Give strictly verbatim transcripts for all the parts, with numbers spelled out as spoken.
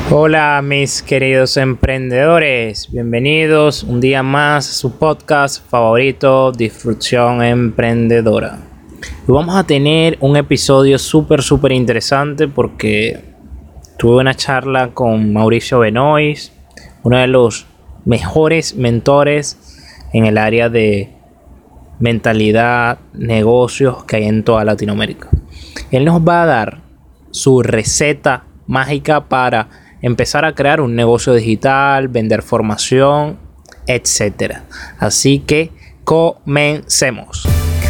Hola mis queridos emprendedores, bienvenidos un día más a su podcast favorito, Disrupción Emprendedora. Y vamos a tener un episodio súper súper interesante porque tuve una charla con Mauricio Benoist, uno de los mejores mentores en el área de mentalidad, negocios que hay en toda Latinoamérica. Él nos va a dar su receta mágica para empezar a crear un negocio digital, vender formación, etcétera. Así que comencemos.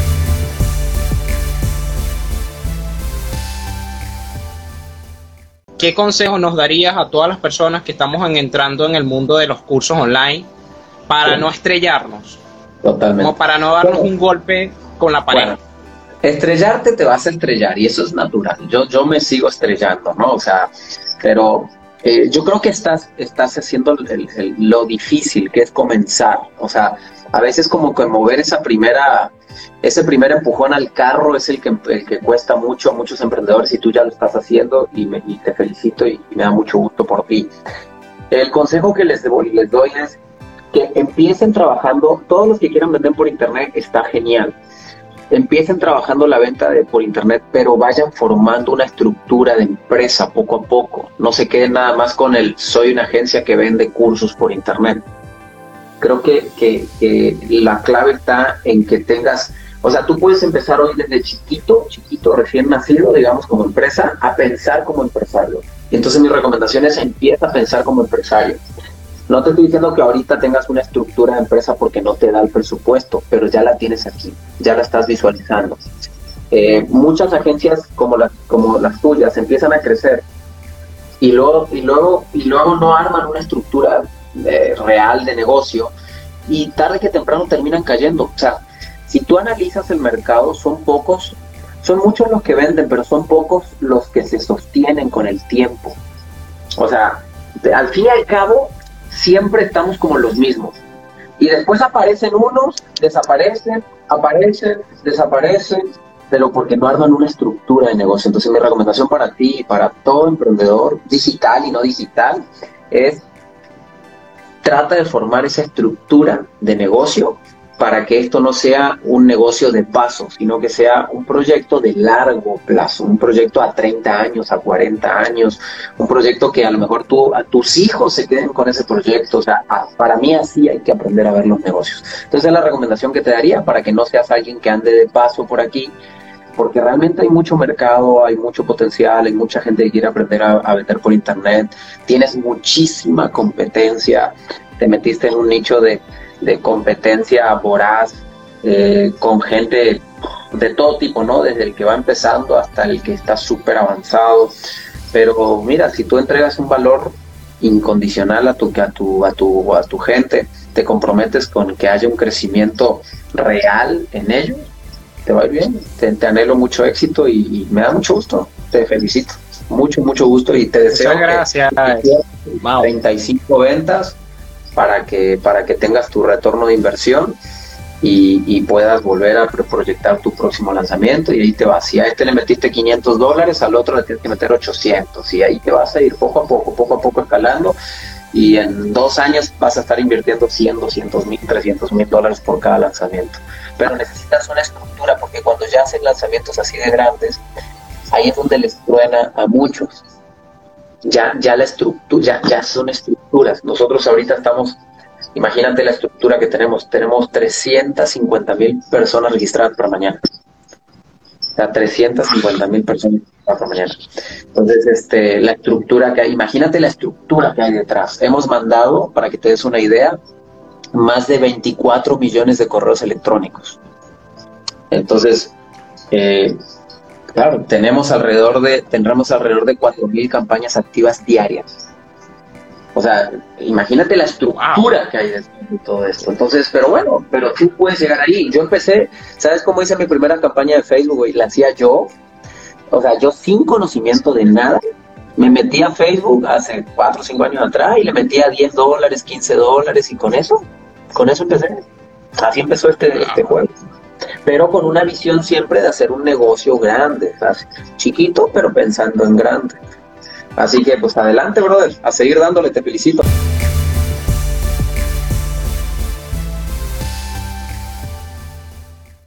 ¿Qué consejo nos darías a todas las personas que estamos en, entrando en el mundo de los cursos online para sí. no estrellarnos? Totalmente. Como para no darnos bueno, un golpe con la pared. Bueno, estrellarte te vas a estrellar y eso es natural. Yo, yo me sigo estrellando, ¿no? O sea, pero eh, yo creo que estás, estás haciendo el, el, lo difícil que es comenzar. O sea, a veces como que mover esa primera, ese primer empujón al carro es el que, el que cuesta mucho a muchos emprendedores y tú ya lo estás haciendo y, me, y te felicito y, y me da mucho gusto por ti. El consejo que les doy, les doy es que empiecen trabajando, todos los que quieran vender por internet está genial. Empiecen trabajando la venta de, por internet, pero vayan formando una estructura de empresa poco a poco. No se queden nada más con el soy una agencia que vende cursos por internet. Creo que, que, que la clave está en que tengas, o sea, tú puedes empezar hoy desde chiquito, chiquito, recién nacido, digamos, como empresa, a pensar como empresario. Y entonces mi recomendación es empieza a pensar como empresario. No te estoy diciendo que ahorita tengas una estructura de empresa porque no te da el presupuesto, pero ya la tienes aquí, ya la estás visualizando. Eh, muchas agencias como las, como las tuyas empiezan a crecer y luego, y luego, y luego no arman una estructura eh, real de negocio y tarde que temprano terminan cayendo. O sea, si tú analizas el mercado, son pocos, son muchos los que venden, pero son pocos los que se sostienen con el tiempo. O sea, al fin y al cabo, siempre estamos como los mismos. Y después aparecen unos, desaparecen, aparecen, desaparecen, pero porque no arman una estructura de negocio. Entonces mi recomendación para ti y para todo emprendedor digital y no digital es trata de formar esa estructura de negocio para que esto no sea un negocio de paso, sino que sea un proyecto de largo plazo, un proyecto a treinta años, a cuarenta años, un proyecto que a lo mejor tú, a tus hijos se queden con ese proyecto. O sea, a, para mí así hay que aprender a ver los negocios. Entonces es la recomendación que te daría para que no seas alguien que ande de paso por aquí, porque realmente hay mucho mercado, hay mucho potencial, hay mucha gente que quiere aprender a, a vender por internet, tienes muchísima competencia, te metiste en un nicho de de competencia voraz, eh, con gente de todo tipo, ¿no? Desde el que va empezando hasta el que está súper avanzado. Pero mira, si tú entregas un valor incondicional a tu, a tu, a tu, a tu gente, te comprometes con que haya un crecimiento real en ellos, te va a ir bien. Te, te anhelo mucho éxito y, y me da mucho gusto. Te felicito. Mucho, mucho gusto y te deseo muchas gracias. Que, que wow. treinta y cinco ventas para que para que tengas tu retorno de inversión y, y puedas volver a proyectar tu próximo lanzamiento y ahí te vas. Si a este le metiste quinientos dólares, al otro le tienes que meter ochocientos y ahí te vas a ir poco a poco, poco a poco escalando y en dos años vas a estar invirtiendo cien, doscientos mil, trescientos mil dólares por cada lanzamiento. Pero necesitas una estructura porque cuando ya hacen lanzamientos así de grandes, ahí es donde les truena a muchos. Ya, ya la estructura, ya, ya son estructuras. Nosotros ahorita estamos, imagínate la estructura que tenemos, tenemos trescientas cincuenta mil personas registradas para mañana. O sea, trescientas cincuenta mil personas registradas para mañana. Entonces, este, la estructura que hay, imagínate la estructura que hay detrás. Hemos mandado, para que te des una idea, más de veinticuatro millones de correos electrónicos. Entonces, eh, claro, tenemos alrededor de, tendremos alrededor de cuatro mil campañas activas diarias. O sea, imagínate la estructura wow. que hay detrás de todo esto. Entonces, pero bueno, pero tú puedes llegar ahí. Yo empecé, ¿sabes cómo hice mi primera campaña de Facebook? Y la hacía yo. O sea, yo sin conocimiento de nada, me metí a Facebook hace cuatro o cinco años atrás y le metía diez dólares, quince dólares y con eso, con eso empecé. Así empezó este, este juego. Pero con una visión siempre de hacer un negocio grande, ¿sabes? Chiquito, pero pensando en grande. Así que pues adelante, brother, a seguir dándole, te felicito.